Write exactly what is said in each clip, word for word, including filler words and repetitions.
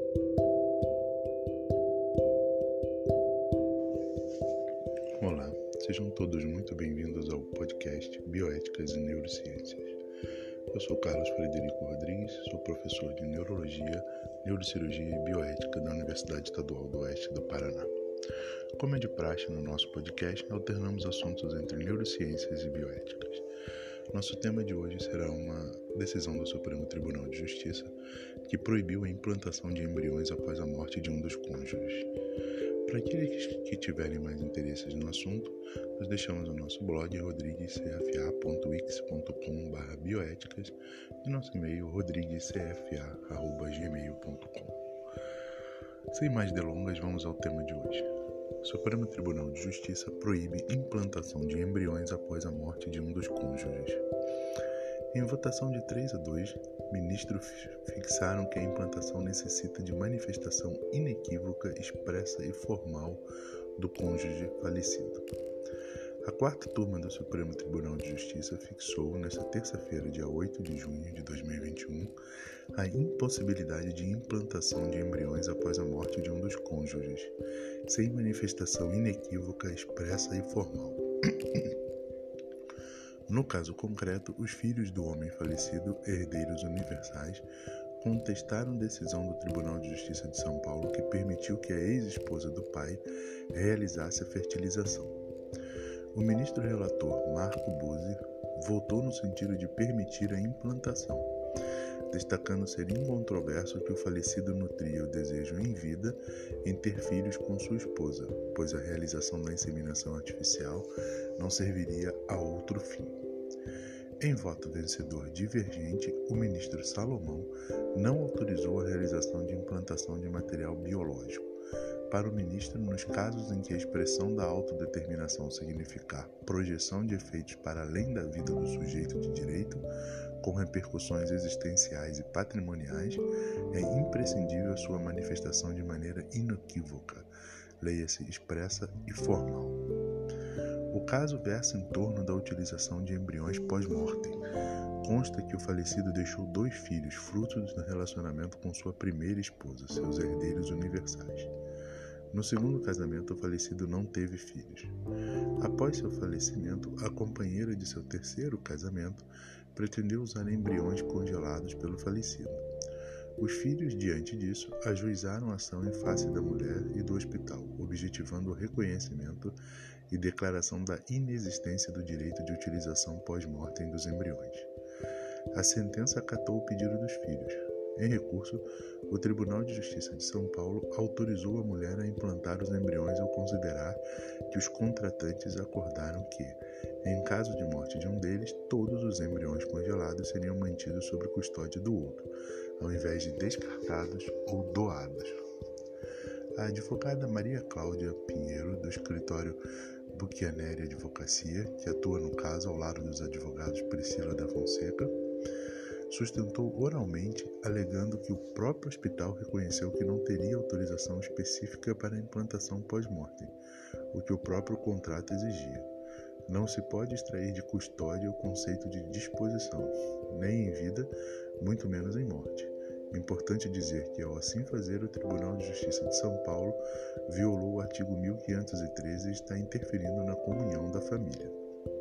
Olá, sejam todos muito bem-vindos ao podcast Bioéticas e Neurociências. Eu sou Carlos Frederico Rodrigues, sou professor de Neurologia, Neurocirurgia e Bioética da Universidade Estadual do Oeste do Paraná. Como é de praxe no nosso podcast, alternamos assuntos entre neurociências e bioéticas. Nosso tema de hoje será uma decisão do Supremo Tribunal de Justiça que proibiu a implantação de embriões após a morte de um dos cônjuges. Para aqueles que tiverem mais interesses no assunto, nós deixamos o nosso blog rodrigues c f a ponto wix ponto com barra bioéticas e nosso e-mail rodrigues c f a arroba gmail ponto com. Sem mais delongas, vamos ao tema de hoje. O Supremo Tribunal de Justiça proíbe implantação de embriões após a morte de um dos cônjuges. Em votação de três a dois, ministros fixaram que a implantação necessita de manifestação inequívoca, expressa e formal do cônjuge falecido. A quarta turma do Supremo Tribunal de Justiça fixou, nesta terça-feira, dia oito de junho de dois mil e vinte e um, a impossibilidade de implantação de embriões após a morte de um dos cônjuges, sem manifestação inequívoca, expressa e formal. No caso concreto, os filhos do homem falecido, herdeiros universais, contestaram decisão do Tribunal de Justiça de São Paulo que permitiu que a ex-esposa do pai realizasse a fertilização. O ministro relator Marco Buzzi votou no sentido de permitir a implantação, destacando ser incontroverso que o falecido nutria o desejo em vida em ter filhos com sua esposa, pois a realização da inseminação artificial não serviria a outro fim. Em voto vencedor divergente, o ministro Salomão não autorizou a realização de implantação de material biológico. Para o ministro, nos casos em que a expressão da autodeterminação significar projeção de efeitos para além da vida do sujeito de direito, com repercussões existenciais e patrimoniais, é imprescindível a sua manifestação de maneira inequívoca, leia-se expressa e formal. O caso versa em torno da utilização de embriões pós-mortem. Consta que o falecido deixou dois filhos, frutos do relacionamento com sua primeira esposa, seus herdeiros universais. No segundo casamento, o falecido não teve filhos. Após seu falecimento, a companheira de seu terceiro casamento pretendeu usar embriões congelados pelo falecido. Os filhos, diante disso, ajuizaram a ação em face da mulher e do hospital, objetivando o reconhecimento e declaração da inexistência do direito de utilização pós-mortem dos embriões. A sentença acatou o pedido dos filhos. Em recurso, o Tribunal de Justiça de São Paulo autorizou a mulher a implantar os embriões ao considerar que os contratantes acordaram que, em caso de morte de um deles, todos os embriões congelados seriam mantidos sob custódia do outro, ao invés de descartados ou doados. A advogada Maria Cláudia Pinheiro, do escritório Buchianeri Advocacia, que atua no caso ao lado dos advogados Priscila da Fonseca, sustentou oralmente, alegando que o próprio hospital reconheceu que não teria autorização específica para a implantação pós-mortem, o que o próprio contrato exigia. Não se pode extrair de custódia o conceito de disposição, nem em vida, muito menos em morte. Importante dizer que, ao assim fazer, o Tribunal de Justiça de São Paulo violou o artigo mil quinhentos e treze e está interferindo na comunhão da família.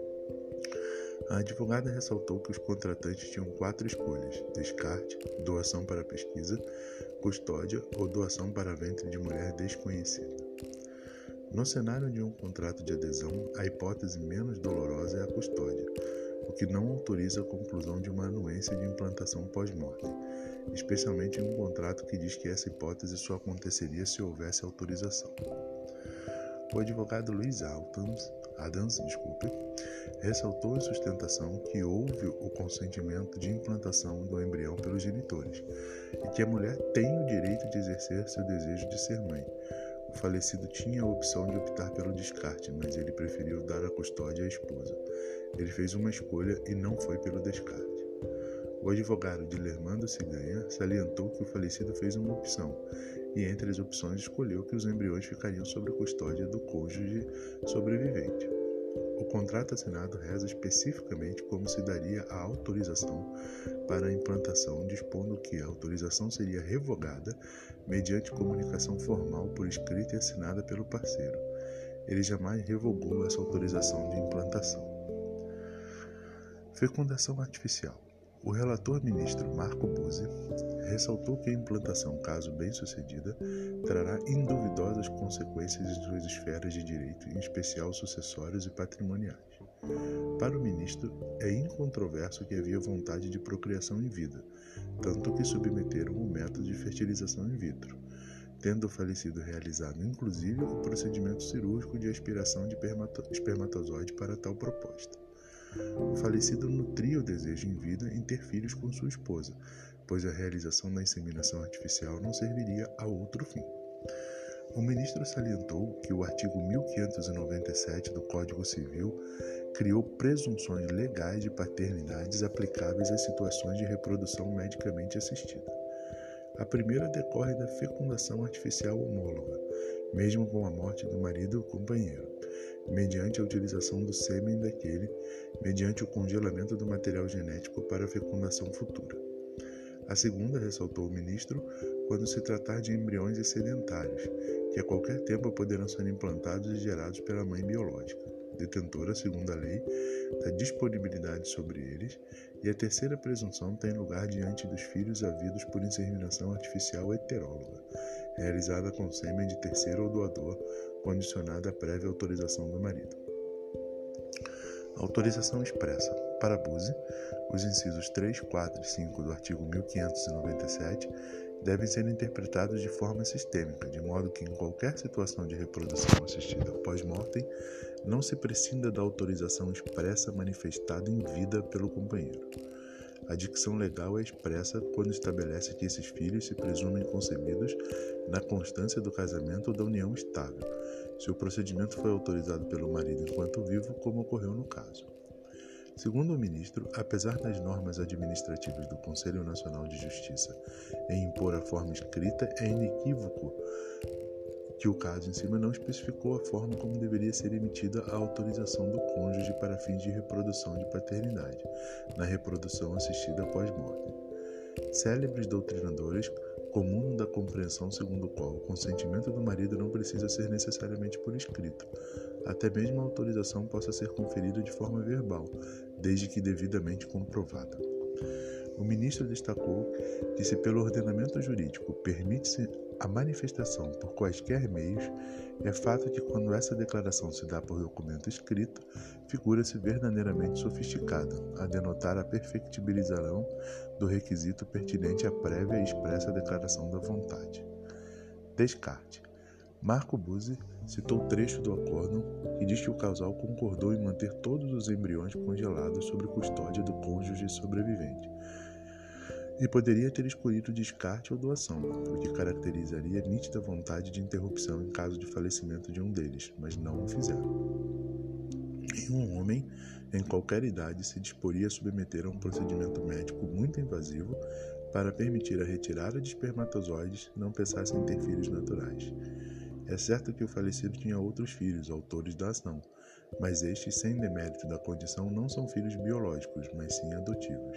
A advogada ressaltou que os contratantes tinham quatro escolhas: descarte, doação para pesquisa, custódia ou doação para ventre de mulher desconhecida. No cenário de um contrato de adesão, a hipótese menos dolorosa é a custódia, o que não autoriza a conclusão de uma anuência de implantação pós-mortem, especialmente em um contrato que diz que essa hipótese só aconteceria se houvesse autorização. O advogado Luiz Adams, Adams desculpe, ressaltou em sustentação que houve o consentimento de implantação do embrião pelos genitores e que a mulher tem o direito de exercer seu desejo de ser mãe. O falecido tinha a opção de optar pelo descarte, mas ele preferiu dar a custódia à esposa. Ele fez uma escolha e não foi pelo descarte. O advogado Dilermando Ciganha salientou que o falecido fez uma opção e, entre as opções, escolheu que os embriões ficariam sob a custódia do cônjuge sobrevivente. O contrato assinado reza especificamente como se daria a autorização para a implantação, dispondo que a autorização seria revogada mediante comunicação formal por escrito e assinada pelo parceiro. Ele jamais revogou essa autorização de implantação. Fecundação artificial. O relator ministro Marco Buzzi ressaltou que a implantação, caso bem-sucedida, trará induvidosas consequências em suas esferas de direito, em especial sucessórios e patrimoniais. Para o ministro, é incontroverso que havia vontade de procriação em vida, tanto que submeteram o método de fertilização in vitro, tendo o falecido realizado inclusive o procedimento cirúrgico de aspiração de espermatozoide para tal proposta. O falecido nutria o desejo em vida em ter filhos com sua esposa, pois a realização da inseminação artificial não serviria a outro fim. O ministro salientou que o artigo mil quinhentos e noventa e sete do Código Civil criou presunções legais de paternidades aplicáveis às situações de reprodução medicamente assistida. A primeira decorre da fecundação artificial homóloga, mesmo com a morte do marido ou companheiro, mediante a utilização do sêmen daquele, mediante o congelamento do material genético para a fecundação futura. A segunda, ressaltou o ministro, quando se tratar de embriões excedentários, que a qualquer tempo poderão ser implantados e gerados pela mãe biológica, detentora, segundo a lei, da disponibilidade sobre eles, e a terceira presunção tem lugar diante dos filhos havidos por inseminação artificial heteróloga, realizada com sêmen de terceiro ou doador, condicionada à prévia autorização do marido. Autorização expressa. Para Buzzi, os incisos três, quatro e cinco do artigo mil quinhentos e noventa e sete devem ser interpretados de forma sistêmica, de modo que em qualquer situação de reprodução assistida pós-mortem, não se prescinda da autorização expressa manifestada em vida pelo companheiro. A dicção legal é expressa quando estabelece que esses filhos se presumem concebidos na constância do casamento ou da união estável, se o procedimento foi autorizado pelo marido enquanto vivo, como ocorreu no caso. Segundo o ministro, apesar das normas administrativas do Conselho Nacional de Justiça em impor a forma escrita, é inequívoco que o caso em cima não especificou a forma como deveria ser emitida a autorização do cônjuge para fins de reprodução de paternidade, na reprodução assistida após morte. Célebres doutrinadores comum da compreensão segundo o qual o consentimento do marido não precisa ser necessariamente por escrito, até mesmo a autorização possa ser conferida de forma verbal, desde que devidamente comprovada. O ministro destacou que, se pelo ordenamento jurídico permite-se a manifestação por quaisquer meios, é fato que, quando essa declaração se dá por documento escrito, figura-se verdadeiramente sofisticada, a denotar a perfectibilização do requisito pertinente à prévia e expressa declaração da vontade. Descarte. Marco Buzzi citou trecho do acórdão que diz que o casal concordou em manter todos os embriões congelados sob custódia do cônjuge sobrevivente, e poderia ter escolhido descarte ou doação, o que caracterizaria nítida vontade de interrupção em caso de falecimento de um deles, mas não o fizeram. Nenhum homem, em qualquer idade, se disporia a submeter a um procedimento médico muito invasivo para permitir a retirada de espermatozoides não pensassem em ter filhos naturais. É certo que o falecido tinha outros filhos, autores da ação, mas estes, sem demérito da condição, não são filhos biológicos, mas sim adotivos.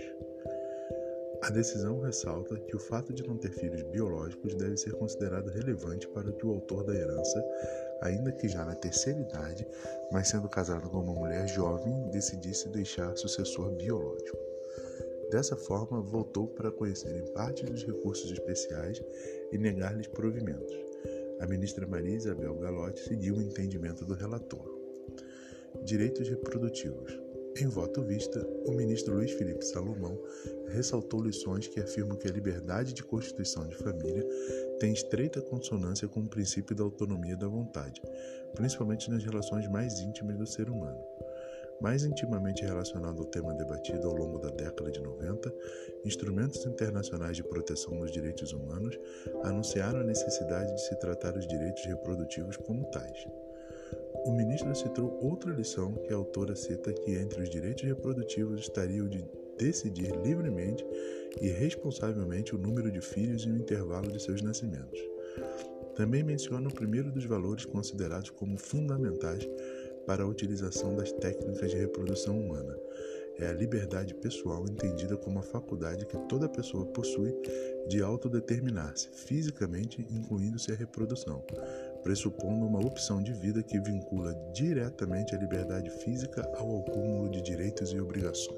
A decisão ressalta que o fato de não ter filhos biológicos deve ser considerado relevante para que o autor da herança, ainda que já na terceira idade, mas sendo casado com uma mulher jovem, decidisse deixar sucessor biológico. Dessa forma, voltou para conhecer em parte dos recursos especiais e negar-lhes provimentos. A ministra Maria Isabel Galotti seguiu o entendimento do relator. Direitos reprodutivos. Em voto vista, o ministro Luiz Felipe Salomão ressaltou lições que afirmam que a liberdade de constituição de família tem estreita consonância com o princípio da autonomia da vontade, principalmente nas relações mais íntimas do ser humano. Mais intimamente relacionado ao tema debatido ao longo da década de noventa, instrumentos internacionais de proteção dos direitos humanos anunciaram a necessidade de se tratar os direitos reprodutivos como tais. O ministro citou outra lição que a autora cita, que entre os direitos reprodutivos estaria o de decidir livremente e responsavelmente o número de filhos e o intervalo de seus nascimentos. Também menciona o primeiro dos valores considerados como fundamentais para a utilização das técnicas de reprodução humana. É a liberdade pessoal entendida como a faculdade que toda pessoa possui de autodeterminar-se, fisicamente incluindo-se a reprodução, pressupondo uma opção de vida que vincula diretamente a liberdade física ao acúmulo de direitos e obrigações.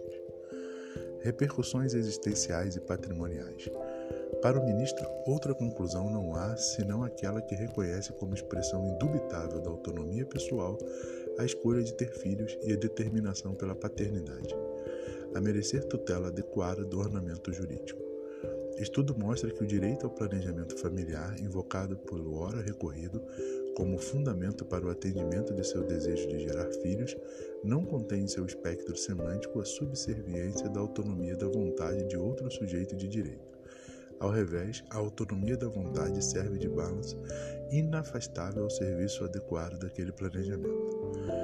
Repercussões existenciais e patrimoniais. Para o ministro, outra conclusão não há senão aquela que reconhece como expressão indubitável da autonomia pessoal a escolha de ter filhos e a determinação pela paternidade, a merecer tutela adequada do ornamento jurídico. Estudo mostra que o direito ao planejamento familiar, invocado pelo ora recorrido como fundamento para o atendimento de seu desejo de gerar filhos, não contém em seu espectro semântico a subserviência da autonomia da vontade de outro sujeito de direito. Ao revés, a autonomia da vontade serve de balanço inafastável ao serviço adequado daquele planejamento.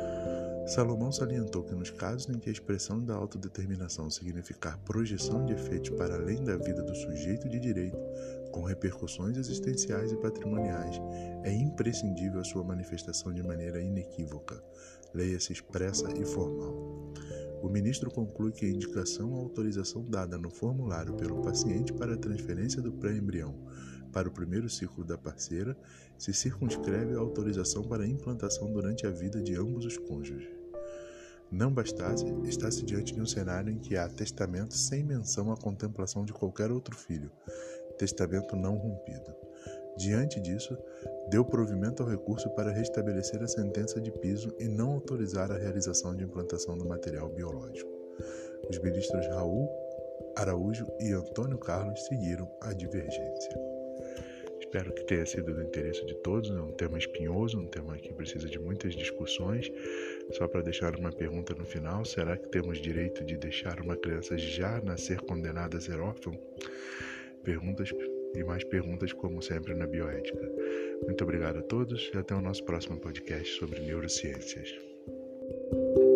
Salomão salientou que nos casos em que a expressão da autodeterminação significar projeção de efeitos para além da vida do sujeito de direito, com repercussões existenciais e patrimoniais, é imprescindível a sua manifestação de maneira inequívoca, leia-se expressa e formal. O ministro conclui que a indicação ou autorização dada no formulário pelo paciente para a transferência do pré-embrião para o primeiro ciclo da parceira se circunscreve à autorização para a implantação durante a vida de ambos os cônjuges. Não bastasse, está-se diante de um cenário em que há testamento sem menção à contemplação de qualquer outro filho, testamento não rompido. Diante disso, deu provimento ao recurso para restabelecer a sentença de piso e não autorizar a realização de implantação do material biológico. Os ministros Raul Araújo e Antônio Carlos seguiram a divergência. Espero que tenha sido do interesse de todos, é um tema espinhoso, um tema que precisa de muitas discussões. Só para deixar uma pergunta no final, será que temos direito de deixar uma criança já nascer condenada a ser órfã? Perguntas e mais perguntas, como sempre, na bioética. Muito obrigado a todos e até o nosso próximo podcast sobre neurociências.